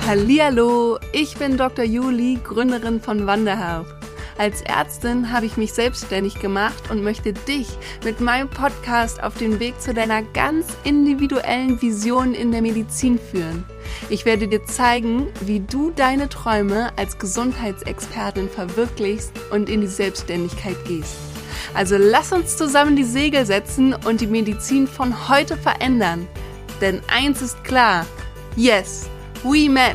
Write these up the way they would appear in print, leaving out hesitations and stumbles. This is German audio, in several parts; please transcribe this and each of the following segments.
Hallihallo, ich bin Dr. Juli, Gründerin von WonderHealth. Als Ärztin habe ich mich selbstständig gemacht und möchte dich mit meinem Podcast auf den Weg zu deiner ganz individuellen Vision in der Medizin führen. Ich werde dir zeigen, wie du deine Träume als Gesundheitsexpertin verwirklichst und in die Selbstständigkeit gehst. Also lass uns zusammen die Segel setzen und die Medizin von heute verändern. Denn eins ist klar, yes, we met!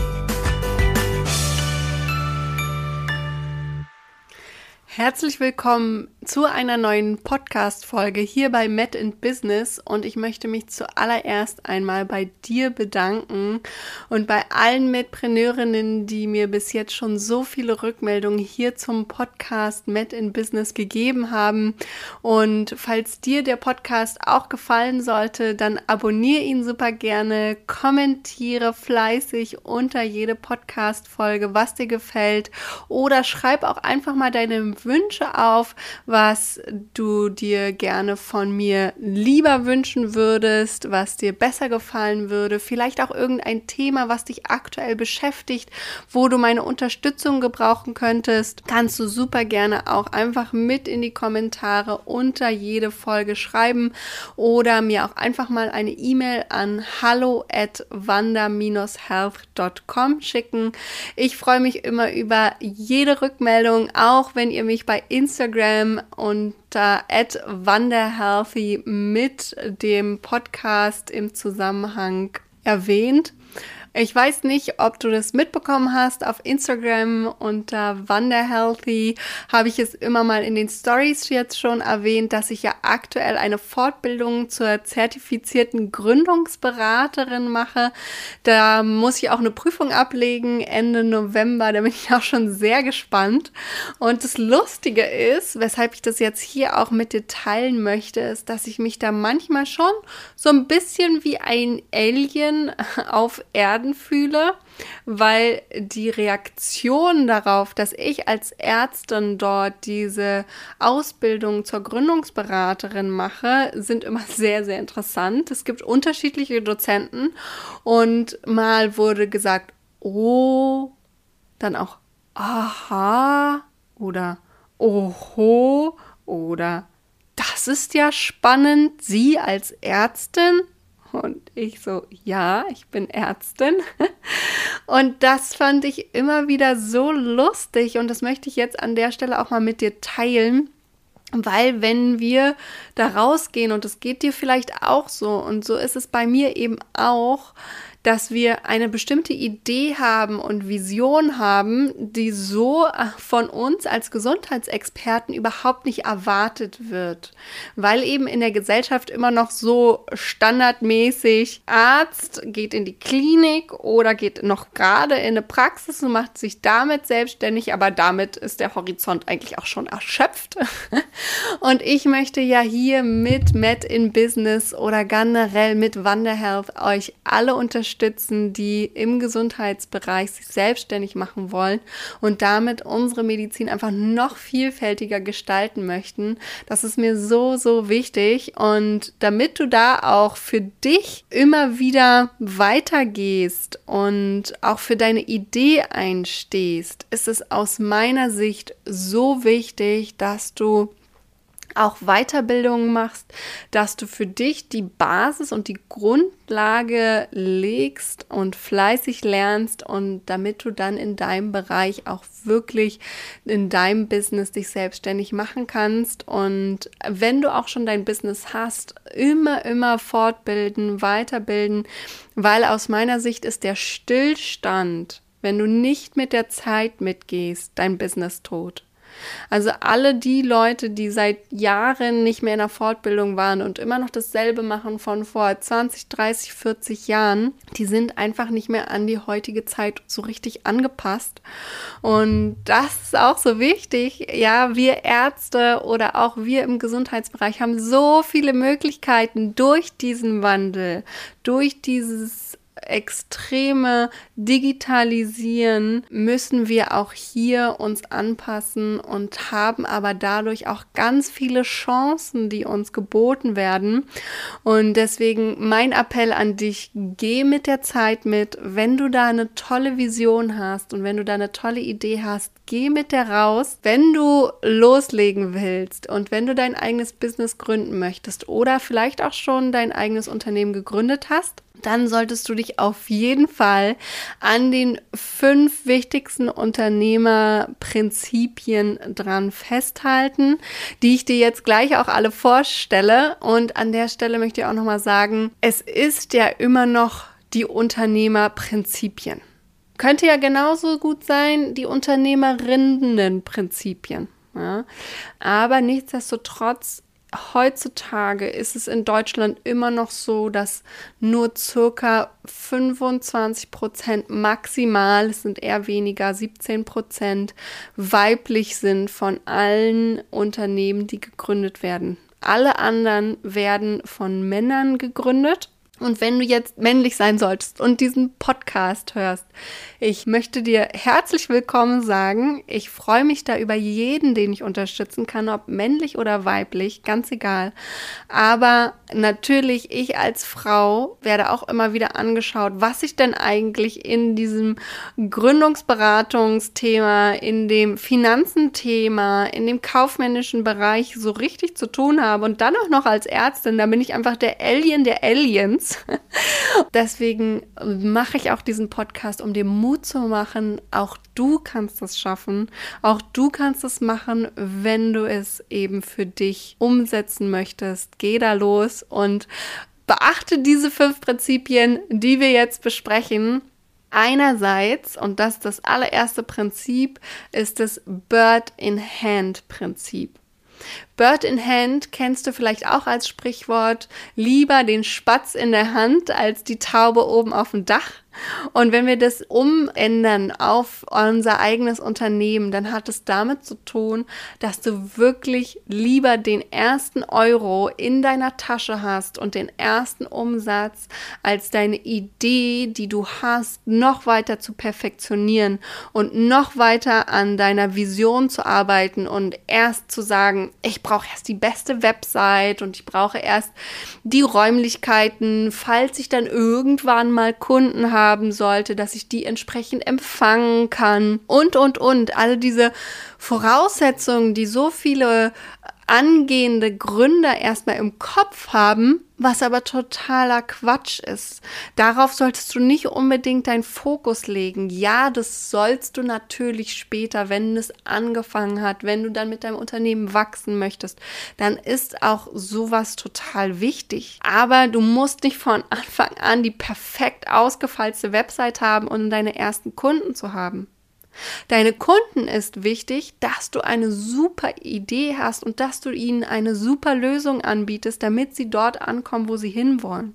Herzlich willkommen zu einer neuen Podcast-Folge hier bei Met in Business und ich möchte mich zuallererst einmal bei dir bedanken und bei allen Medpreneurinnen, die mir bis jetzt schon so viele Rückmeldungen hier zum Podcast Met in Business gegeben haben. Und falls dir der Podcast auch gefallen sollte, dann abonniere ihn super gerne, kommentiere fleißig unter jede Podcast-Folge, was dir gefällt, oder schreib auch einfach mal deine Wünsche auf, was du dir gerne von mir lieber wünschen würdest, was dir besser gefallen würde, vielleicht auch irgendein Thema, was dich aktuell beschäftigt, wo du meine Unterstützung gebrauchen könntest, kannst du super gerne auch einfach mit in die Kommentare unter jede Folge schreiben oder mir auch einfach mal eine E-Mail an hallo@wander-health.com schicken. Ich freue mich immer über jede Rückmeldung, auch wenn ihr mich bei Instagram unter @wanderhealthy mit dem Podcast im Zusammenhang erwähnt. Ich weiß nicht, ob du das mitbekommen hast. Auf Instagram unter WonderHealthy habe ich es immer mal in den Stories jetzt schon erwähnt, dass ich ja aktuell eine Fortbildung zur zertifizierten Gründungsberaterin mache. Da muss ich auch eine Prüfung ablegen Ende November. Da bin ich auch schon sehr gespannt. Und das Lustige ist, weshalb ich das jetzt hier auch mit dir teilen möchte, ist, dass ich mich da manchmal schon so ein bisschen wie ein Alien auf Erden fühle, weil die Reaktion darauf, dass ich als Ärztin dort diese Ausbildung zur Gründungsberaterin mache, sind immer sehr, sehr interessant. Es gibt unterschiedliche Dozenten und mal wurde gesagt, oh, dann auch aha oder oho oder das ist ja spannend, Sie als Ärztin. Und ich so, ja, ich bin Ärztin. Und das fand ich immer wieder so lustig und das möchte ich jetzt an der Stelle auch mal mit dir teilen, weil wenn wir da rausgehen und es geht dir vielleicht auch so und so ist es bei mir eben auch, dass wir eine bestimmte Idee haben und Vision haben, die so von uns als Gesundheitsexperten überhaupt nicht erwartet wird, weil eben in der Gesellschaft immer noch so standardmäßig Arzt geht in die Klinik oder geht noch gerade in eine Praxis und macht sich damit selbstständig, aber damit ist der Horizont eigentlich auch schon erschöpft. Und ich möchte ja hier mit Met in Business oder generell mit WonderHealth euch alle unterstützen, die im Gesundheitsbereich sich selbstständig machen wollen und damit unsere Medizin einfach noch vielfältiger gestalten möchten. Das ist mir so, so wichtig und damit du da auch für dich immer wieder weitergehst und auch für deine Idee einstehst, ist es aus meiner Sicht so wichtig, dass du auch Weiterbildungen machst, dass du für dich die Basis und die Grundlage legst und fleißig lernst und damit du dann in deinem Bereich auch wirklich in deinem Business dich selbstständig machen kannst und wenn du auch schon dein Business hast, immer fortbilden, weiterbilden, weil aus meiner Sicht ist der Stillstand, wenn du nicht mit der Zeit mitgehst, dein Business tot. Also alle die Leute, die seit Jahren nicht mehr in der Fortbildung waren und immer noch dasselbe machen von vor 20, 30, 40 Jahren, die sind einfach nicht mehr an die heutige Zeit so richtig angepasst. Und das ist auch so wichtig. Ja, wir Ärzte oder auch wir im Gesundheitsbereich haben so viele Möglichkeiten durch diesen Wandel, durch dieses extreme Digitalisieren müssen wir auch hier uns anpassen und haben aber dadurch auch ganz viele Chancen, die uns geboten werden. Und deswegen mein Appell an dich, geh mit der Zeit mit. Wenn du da eine tolle Vision hast und wenn du da eine tolle Idee hast, geh mit der raus. Wenn du loslegen willst und wenn du dein eigenes Business gründen möchtest oder vielleicht auch schon dein eigenes Unternehmen gegründet hast, dann solltest du dich auf jeden Fall an den 5 wichtigsten Unternehmerprinzipien dran festhalten, die ich dir jetzt gleich auch alle vorstelle. Und an der Stelle möchte ich auch nochmal sagen, es ist ja immer noch die Unternehmerprinzipien. Könnte ja genauso gut sein, die Unternehmerinnenprinzipien. Ja? Aber nichtsdestotrotz, heutzutage ist es in Deutschland immer noch so, dass nur circa 25% maximal, es sind eher weniger, 17% weiblich sind von allen Unternehmen, die gegründet werden. Alle anderen werden von Männern gegründet. Und wenn du jetzt männlich sein solltest und diesen Podcast hörst, ich möchte dir herzlich willkommen sagen. Ich freue mich da über jeden, den ich unterstützen kann, ob männlich oder weiblich, ganz egal. Aber natürlich, ich als Frau werde auch immer wieder angeschaut, was ich denn eigentlich in diesem Gründungsberatungsthema, in dem Finanzenthema, in dem kaufmännischen Bereich so richtig zu tun habe. Und dann auch noch als Ärztin, da bin ich einfach der Alien der Aliens. Deswegen mache ich auch diesen Podcast, um dir Mut zu machen. Auch du kannst es schaffen. Auch du kannst es machen, wenn du es eben für dich umsetzen möchtest. Geh da los und beachte diese 5 Prinzipien, die wir jetzt besprechen. Einerseits, und das ist das allererste Prinzip, ist das Bird-in-Hand-Prinzip. Bird in Hand kennst du vielleicht auch als Sprichwort, lieber den Spatz in der Hand als die Taube oben auf dem Dach. Und wenn wir das umändern auf unser eigenes Unternehmen, dann hat es damit zu tun, dass du wirklich lieber den ersten Euro in deiner Tasche hast und den ersten Umsatz, als deine Idee, die du hast, noch weiter zu perfektionieren und noch weiter an deiner Vision zu arbeiten und erst zu sagen, ich brauche erst die beste Website und ich brauche erst die Räumlichkeiten, falls ich dann irgendwann mal Kunden haben sollte, dass ich die entsprechend empfangen kann und. Alle diese Voraussetzungen, die so viele angehende Gründer erstmal im Kopf haben, was aber totaler Quatsch ist. Darauf solltest du nicht unbedingt deinen Fokus legen. Ja, das sollst du natürlich später, wenn es angefangen hat, wenn du dann mit deinem Unternehmen wachsen möchtest, dann ist auch sowas total wichtig. Aber du musst nicht von Anfang an die perfekt ausgefeilte Website haben, um deine ersten Kunden zu haben. Deine Kunden ist wichtig, dass du eine super Idee hast und dass du ihnen eine super Lösung anbietest, damit sie dort ankommen, wo sie hinwollen.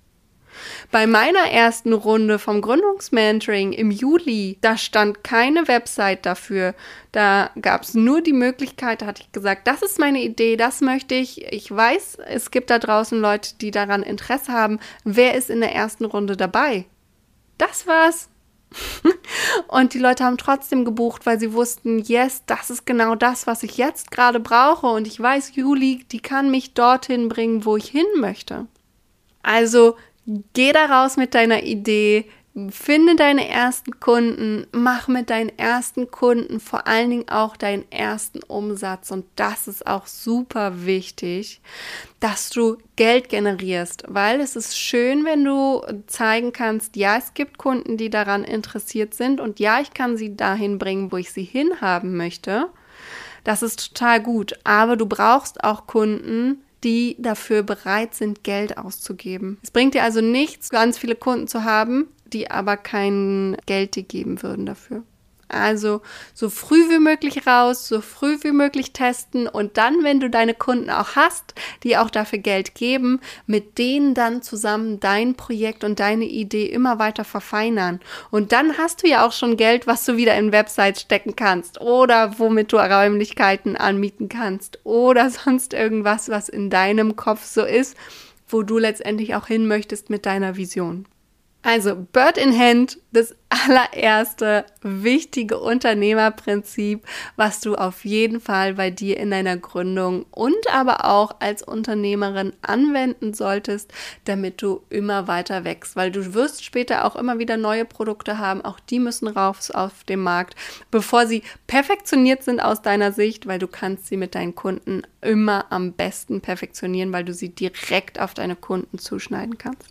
Bei meiner ersten Runde vom Gründungsmentoring im Juli, da stand keine Website dafür. Da gab es nur die Möglichkeit, da hatte ich gesagt, das ist meine Idee, das möchte ich. Ich weiß, es gibt da draußen Leute, die daran Interesse haben. Wer ist in der ersten Runde dabei? Das war's. Und die Leute haben trotzdem gebucht, weil sie wussten, yes, das ist genau das, was ich jetzt gerade brauche. Und ich weiß, Juli, die kann mich dorthin bringen, wo ich hin möchte. Also geh da raus mit deiner Idee, finde deine ersten Kunden, mach mit deinen ersten Kunden vor allen Dingen auch deinen ersten Umsatz. Und das ist auch super wichtig, dass du Geld generierst, weil es ist schön, wenn du zeigen kannst, ja, es gibt Kunden, die daran interessiert sind und ja, ich kann sie dahin bringen, wo ich sie hinhaben möchte. Das ist total gut, aber du brauchst auch Kunden, die dafür bereit sind, Geld auszugeben. Es bringt dir also nichts, ganz viele Kunden zu haben, die aber kein Geld dir geben würden dafür. Also so früh wie möglich raus, so früh wie möglich testen und dann, wenn du deine Kunden auch hast, die auch dafür Geld geben, mit denen dann zusammen dein Projekt und deine Idee immer weiter verfeinern. Und dann hast du ja auch schon Geld, was du wieder in Websites stecken kannst oder womit du Räumlichkeiten anmieten kannst oder sonst irgendwas, was in deinem Kopf so ist, wo du letztendlich auch hin möchtest mit deiner Vision. Also Bird in Hand, das allererste wichtige Unternehmerprinzip, was du auf jeden Fall bei dir in deiner Gründung und aber auch als Unternehmerin anwenden solltest, damit du immer weiter wächst, weil du wirst später auch immer wieder neue Produkte haben, auch die müssen raus auf den Markt, bevor sie perfektioniert sind aus deiner Sicht, weil du kannst sie mit deinen Kunden immer am besten perfektionieren, weil du sie direkt auf deine Kunden zuschneiden kannst.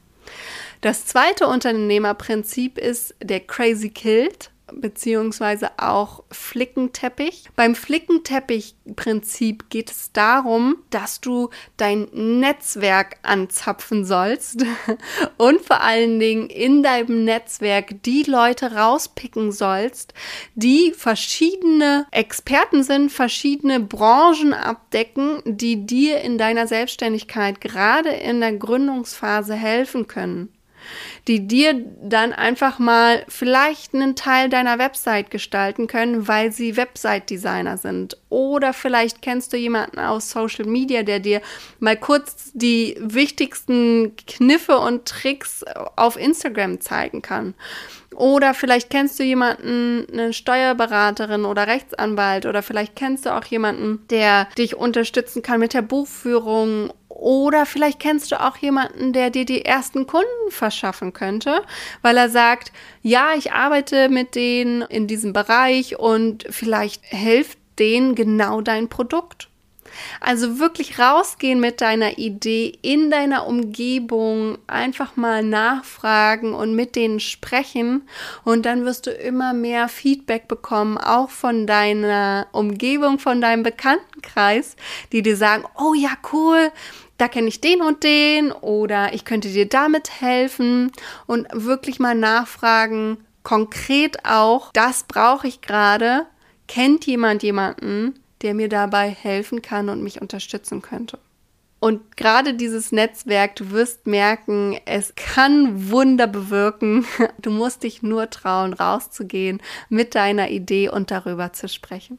Das zweite Unternehmerprinzip ist der Crazy Kilt, beziehungsweise auch Flickenteppich. Beim Flickenteppich-Prinzip geht es darum, dass du dein Netzwerk anzapfen sollst und vor allen Dingen in deinem Netzwerk die Leute rauspicken sollst, die verschiedene Experten sind, verschiedene Branchen abdecken, die dir in deiner Selbstständigkeit gerade in der Gründungsphase helfen können, die dir dann einfach mal vielleicht einen Teil deiner Website gestalten können, weil sie Website-Designer sind. Oder vielleicht kennst du jemanden aus Social Media, der dir mal kurz die wichtigsten Kniffe und Tricks auf Instagram zeigen kann. Oder vielleicht kennst du jemanden, eine Steuerberaterin oder Rechtsanwalt, oder vielleicht kennst du auch jemanden, der dich unterstützen kann mit der Buchführung. Oder vielleicht kennst du auch jemanden, der dir die ersten Kunden verschaffen könnte, weil er sagt, ja, ich arbeite mit denen in diesem Bereich und vielleicht hilft denen genau dein Produkt. Also wirklich rausgehen mit deiner Idee in deiner Umgebung, einfach mal nachfragen und mit denen sprechen und dann wirst du immer mehr Feedback bekommen, auch von deiner Umgebung, von deinem Bekanntenkreis, die dir sagen, oh ja, cool, da kenne ich den und den oder ich könnte dir damit helfen und wirklich mal nachfragen, konkret auch, das brauche ich gerade, kennt jemanden, der mir dabei helfen kann und mich unterstützen könnte. Und gerade dieses Netzwerk, du wirst merken, es kann Wunder bewirken. Du musst dich nur trauen, rauszugehen mit deiner Idee und darüber zu sprechen.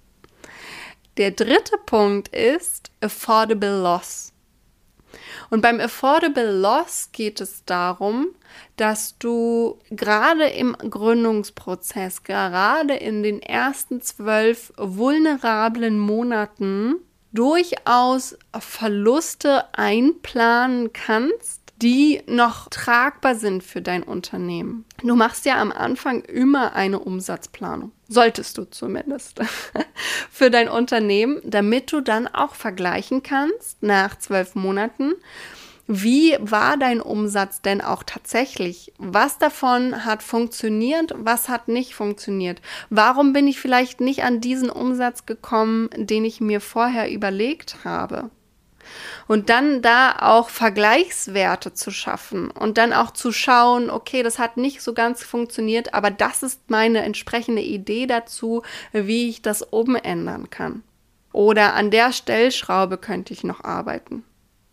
Der dritte Punkt ist Affordable Loss. Und beim Affordable Loss geht es darum, dass du gerade im Gründungsprozess, gerade in den ersten 12 vulnerablen Monaten durchaus Verluste einplanen kannst, die noch tragbar sind für dein Unternehmen. Du machst ja am Anfang immer eine Umsatzplanung, solltest du zumindest, für dein Unternehmen, damit du dann auch vergleichen kannst nach 12 Monaten, wie war dein Umsatz denn auch tatsächlich? Was davon hat funktioniert, was hat nicht funktioniert? Warum bin ich vielleicht nicht an diesen Umsatz gekommen, den ich mir vorher überlegt habe? Und dann da auch Vergleichswerte zu schaffen und dann auch zu schauen, okay, das hat nicht so ganz funktioniert, aber das ist meine entsprechende Idee dazu, wie ich das umändern kann. Oder an der Stellschraube könnte ich noch arbeiten.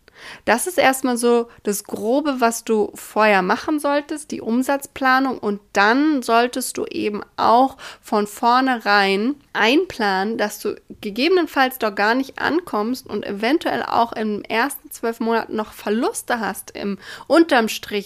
Das ist erstmal so das Grobe, was du vorher machen solltest, die Umsatzplanung, und dann solltest du eben auch von vornherein einplanen, dass du gegebenenfalls doch gar nicht ankommst und eventuell auch in den ersten 12 Monaten noch Verluste hast unterm Strich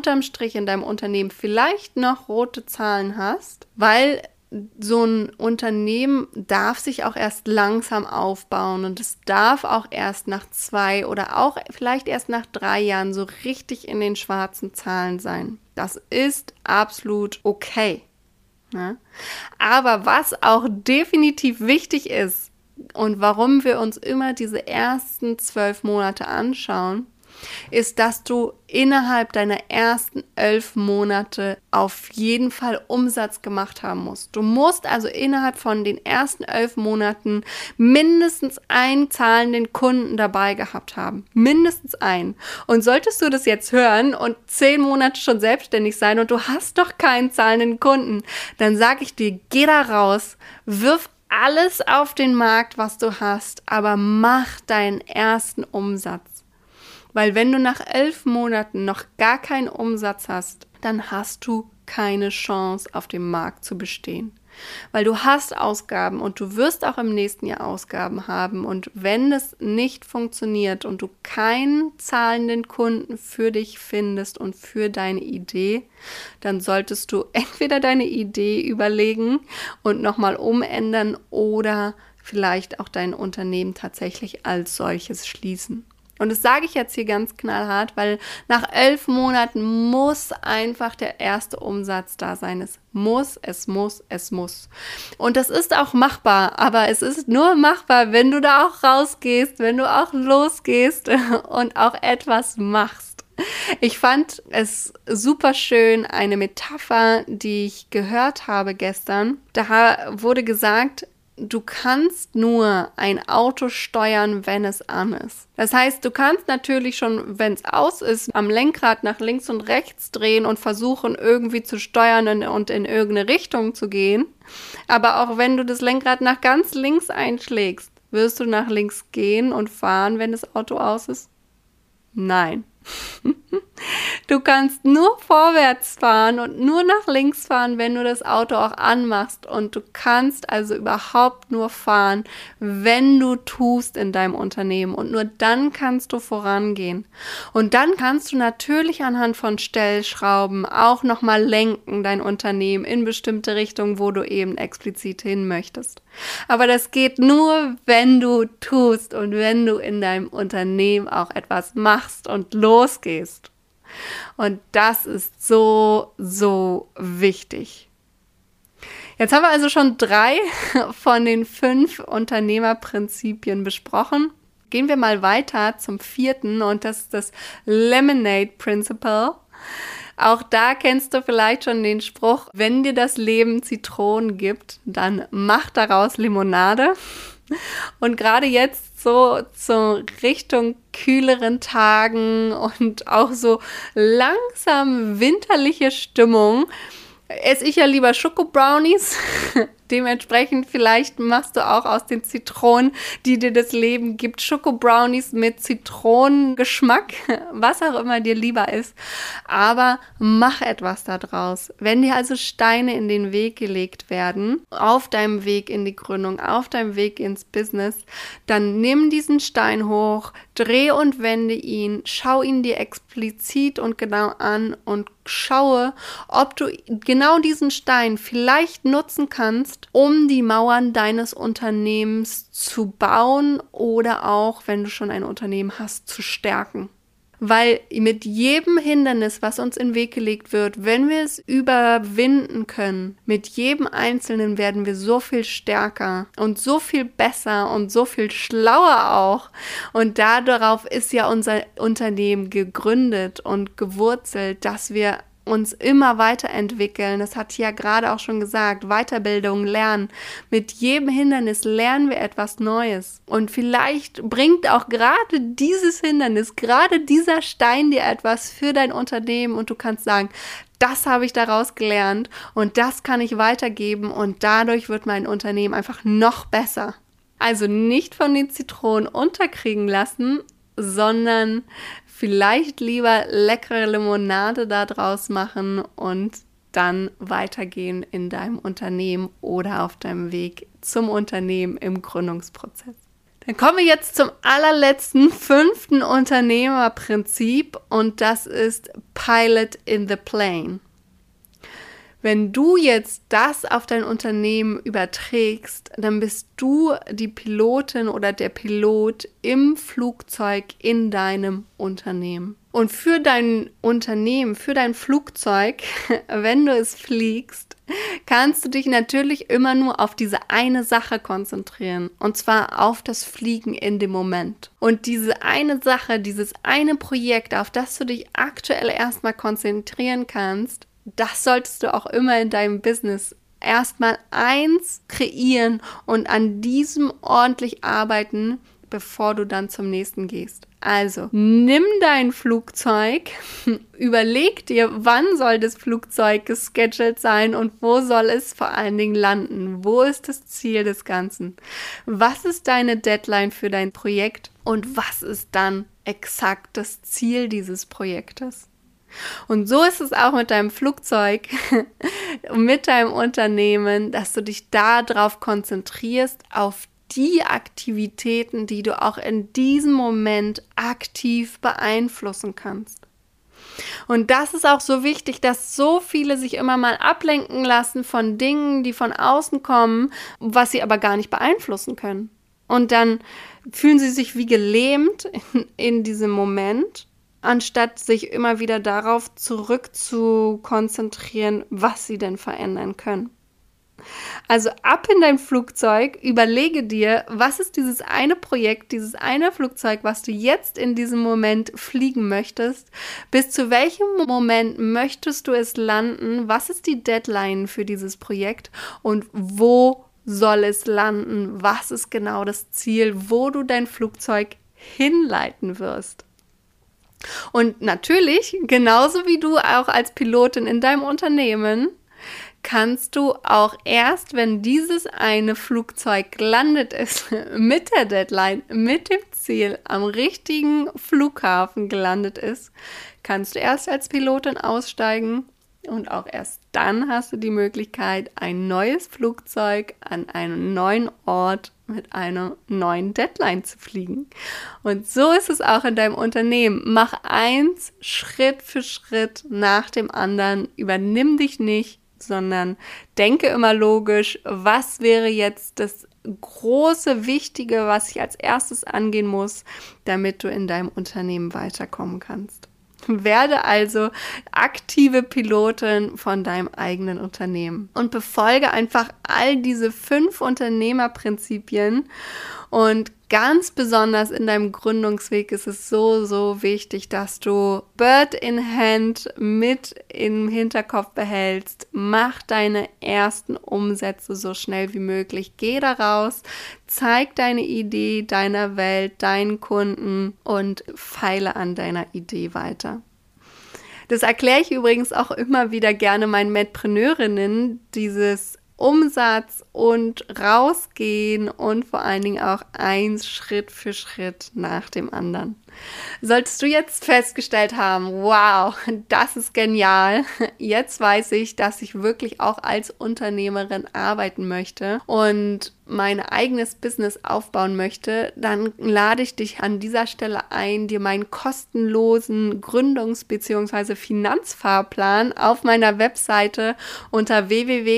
in deinem Unternehmen vielleicht noch rote Zahlen hast, weil so ein Unternehmen darf sich auch erst langsam aufbauen und es darf auch erst nach 2 oder auch vielleicht erst nach 3 Jahren so richtig in den schwarzen Zahlen sein. Das ist absolut okay. Ja? Aber was auch definitiv wichtig ist und warum wir uns immer diese ersten 12 Monate anschauen, ist, dass du innerhalb deiner ersten 11 Monate auf jeden Fall Umsatz gemacht haben musst. Du musst also innerhalb von den ersten 11 Monaten mindestens einen zahlenden Kunden dabei gehabt haben. Mindestens einen. Und solltest du das jetzt hören und 10 Monate schon selbstständig sein und du hast doch keinen zahlenden Kunden, dann sage ich dir, geh da raus, wirf alles auf den Markt, was du hast, aber mach deinen ersten Umsatz. Weil wenn du nach 11 Monaten noch gar keinen Umsatz hast, dann hast du keine Chance, auf dem Markt zu bestehen. Weil du hast Ausgaben und du wirst auch im nächsten Jahr Ausgaben haben. Und wenn es nicht funktioniert und du keinen zahlenden Kunden für dich findest und für deine Idee, dann solltest du entweder deine Idee überlegen und nochmal umändern oder vielleicht auch dein Unternehmen tatsächlich als solches schließen. Und das sage ich jetzt hier ganz knallhart, weil nach 11 Monaten muss einfach der erste Umsatz da sein. Es muss. Und das ist auch machbar, aber es ist nur machbar, wenn du da auch rausgehst, wenn du auch losgehst und auch etwas machst. Ich fand es super schön, eine Metapher, die ich gehört habe gestern. Da wurde gesagt, du kannst nur ein Auto steuern, wenn es an ist. Das heißt, du kannst natürlich schon, wenn es aus ist, am Lenkrad nach links und rechts drehen und versuchen, irgendwie zu steuern und in irgendeine Richtung zu gehen. Aber auch wenn du das Lenkrad nach ganz links einschlägst, wirst du nach links gehen und fahren, wenn das Auto aus ist? Nein. Du kannst nur vorwärts fahren und nur nach links fahren, wenn du das Auto auch anmachst. Und du kannst also überhaupt nur fahren, wenn du tust in deinem Unternehmen. Und nur dann kannst du vorangehen. Und dann kannst du natürlich anhand von Stellschrauben auch nochmal lenken, dein Unternehmen in bestimmte Richtungen, wo du eben explizit hin möchtest. Aber das geht nur, wenn du tust und wenn du in deinem Unternehmen auch etwas machst und losgehst. Und das ist so, so wichtig. Jetzt haben wir also schon 3 von den 5 Unternehmerprinzipien besprochen. Gehen wir mal weiter zum 4. und das ist das Lemonade Principle. Auch da kennst du vielleicht schon den Spruch, wenn dir das Leben Zitronen gibt, dann mach daraus Limonade. Und gerade jetzt so zur Richtung kühleren Tagen und auch so langsam winterliche Stimmung esse ich ja lieber Schokobrownies. Dementsprechend vielleicht machst du auch aus den Zitronen, die dir das Leben gibt, Schokobrownies mit Zitronengeschmack, was auch immer dir lieber ist. Aber mach etwas daraus. Wenn dir also Steine in den Weg gelegt werden, auf deinem Weg in die Gründung, auf deinem Weg ins Business, dann nimm diesen Stein hoch, dreh und wende ihn, schau ihn dir explizit und genau an und schaue, ob du genau diesen Stein vielleicht nutzen kannst, um die Mauern deines Unternehmens zu bauen oder auch, wenn du schon ein Unternehmen hast, zu stärken. Weil mit jedem Hindernis, was uns in den Weg gelegt wird, wenn wir es überwinden können, mit jedem Einzelnen werden wir so viel stärker und so viel besser und so viel schlauer auch. Und darauf ist ja unser Unternehmen gegründet und gewurzelt, dass wir uns immer weiterentwickeln. Das hat ja gerade auch schon gesagt, Weiterbildung, Lernen. Mit jedem Hindernis lernen wir etwas Neues. Und vielleicht bringt auch gerade dieses Hindernis, gerade dieser Stein dir etwas für dein Unternehmen und du kannst sagen, das habe ich daraus gelernt und das kann ich weitergeben und dadurch wird mein Unternehmen einfach noch besser. Also nicht von den Zitronen unterkriegen lassen, sondern vielleicht lieber leckere Limonade da draus machen und dann weitergehen in deinem Unternehmen oder auf deinem Weg zum Unternehmen im Gründungsprozess. Dann kommen wir jetzt zum allerletzten 5. Unternehmerprinzip und das ist Pilot in the Plane. Wenn du jetzt das auf dein Unternehmen überträgst, dann bist du die Pilotin oder der Pilot im Flugzeug in deinem Unternehmen. Und für dein Unternehmen, für dein Flugzeug, wenn du es fliegst, kannst du dich natürlich immer nur auf diese eine Sache konzentrieren. Und zwar auf das Fliegen in dem Moment. Und diese eine Sache, dieses eine Projekt, auf das du dich aktuell erstmal konzentrieren kannst, das solltest du auch immer in deinem Business erstmal eins kreieren und an diesem ordentlich arbeiten, bevor du dann zum nächsten gehst. Also, nimm dein Flugzeug, überleg dir, wann soll das Flugzeug gescheduled sein und wo soll es vor allen Dingen landen? Wo ist das Ziel des Ganzen? Was ist deine Deadline für dein Projekt und was ist dann exakt das Ziel dieses Projektes? Und so ist es auch mit deinem Flugzeug, mit deinem Unternehmen, dass du dich darauf konzentrierst, auf die Aktivitäten, die du auch in diesem Moment aktiv beeinflussen kannst. Und das ist auch so wichtig, dass so viele sich immer mal ablenken lassen von Dingen, die von außen kommen, was sie aber gar nicht beeinflussen können. Und dann fühlen sie sich wie gelähmt in diesem Moment, anstatt sich immer wieder darauf zurück zu konzentrieren, was sie denn verändern können. Also ab in dein Flugzeug, überlege dir, was ist dieses eine Projekt, dieses eine Flugzeug, was du jetzt in diesem Moment fliegen möchtest, bis zu welchem Moment möchtest du es landen, was ist die Deadline für dieses Projekt und wo soll es landen, was ist genau das Ziel, wo du dein Flugzeug hinleiten wirst. Und natürlich, genauso wie du auch als Pilotin in deinem Unternehmen, kannst du auch erst, wenn dieses eine Flugzeug gelandet ist, mit der Deadline, mit dem Ziel, am richtigen Flughafen gelandet ist, kannst du erst als Pilotin aussteigen und auch erst dann hast du die Möglichkeit, ein neues Flugzeug an einem neuen Ort mit einer neuen Deadline zu fliegen. Und so ist es auch in deinem Unternehmen. Mach eins Schritt für Schritt nach dem anderen. Übernimm dich nicht, sondern denke immer logisch, was wäre jetzt das große, Wichtige, was ich als erstes angehen muss, damit du in deinem Unternehmen weiterkommen kannst. Werde also aktive Pilotin von deinem eigenen Unternehmen und befolge einfach all diese 5 Unternehmerprinzipien. Und ganz besonders in deinem Gründungsweg ist es so, so wichtig, dass du Bird in Hand mit im Hinterkopf behältst. Mach deine ersten Umsätze so schnell wie möglich. Geh da raus, zeig deine Idee deiner Welt, deinen Kunden und feile an deiner Idee weiter. Das erkläre ich übrigens auch immer wieder gerne meinen Medpreneurinnen, dieses Umsatz und rausgehen und vor allen Dingen auch eins Schritt für Schritt nach dem anderen. Solltest du jetzt festgestellt haben, wow, das ist genial, jetzt weiß ich, dass ich wirklich auch als Unternehmerin arbeiten möchte und mein eigenes Business aufbauen möchte, dann lade ich dich an dieser Stelle ein, dir meinen kostenlosen Gründungs- bzw. Finanzfahrplan auf meiner Webseite unter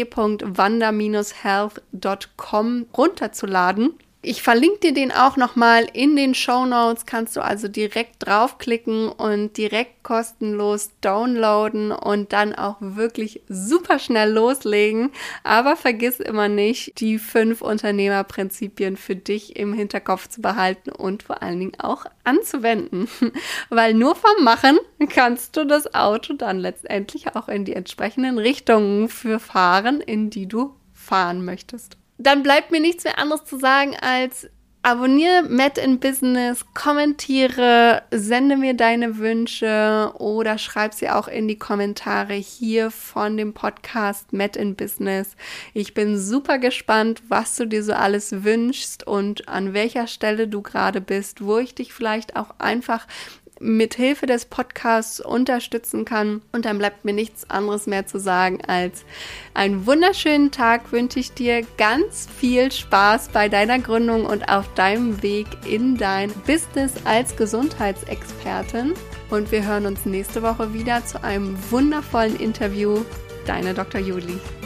www.wanda-health.com runterzuladen. Ich verlinke dir den auch nochmal in den Shownotes, kannst du also direkt draufklicken und direkt kostenlos downloaden und dann auch wirklich super schnell loslegen. Aber vergiss immer nicht, die 5 Unternehmerprinzipien für dich im Hinterkopf zu behalten und vor allen Dingen auch anzuwenden. Weil nur vom Machen kannst du das Auto dann letztendlich auch in die entsprechenden Richtungen fahren, in die du fahren möchtest. Dann bleibt mir nichts mehr anderes zu sagen als abonniere Med in Business, kommentiere, sende mir deine Wünsche oder schreib sie auch in die Kommentare hier von dem Podcast Med in Business. Ich bin super gespannt, was du dir so alles wünschst und an welcher Stelle du gerade bist, wo ich dich vielleicht auch einfach mit Hilfe des Podcasts unterstützen kann. Und dann bleibt mir nichts anderes mehr zu sagen als einen wunderschönen Tag wünsche ich dir, ganz viel Spaß bei deiner Gründung und auf deinem Weg in dein Business als Gesundheitsexpertin. Und wir hören uns nächste Woche wieder zu einem wundervollen Interview. Deine Dr. Juli.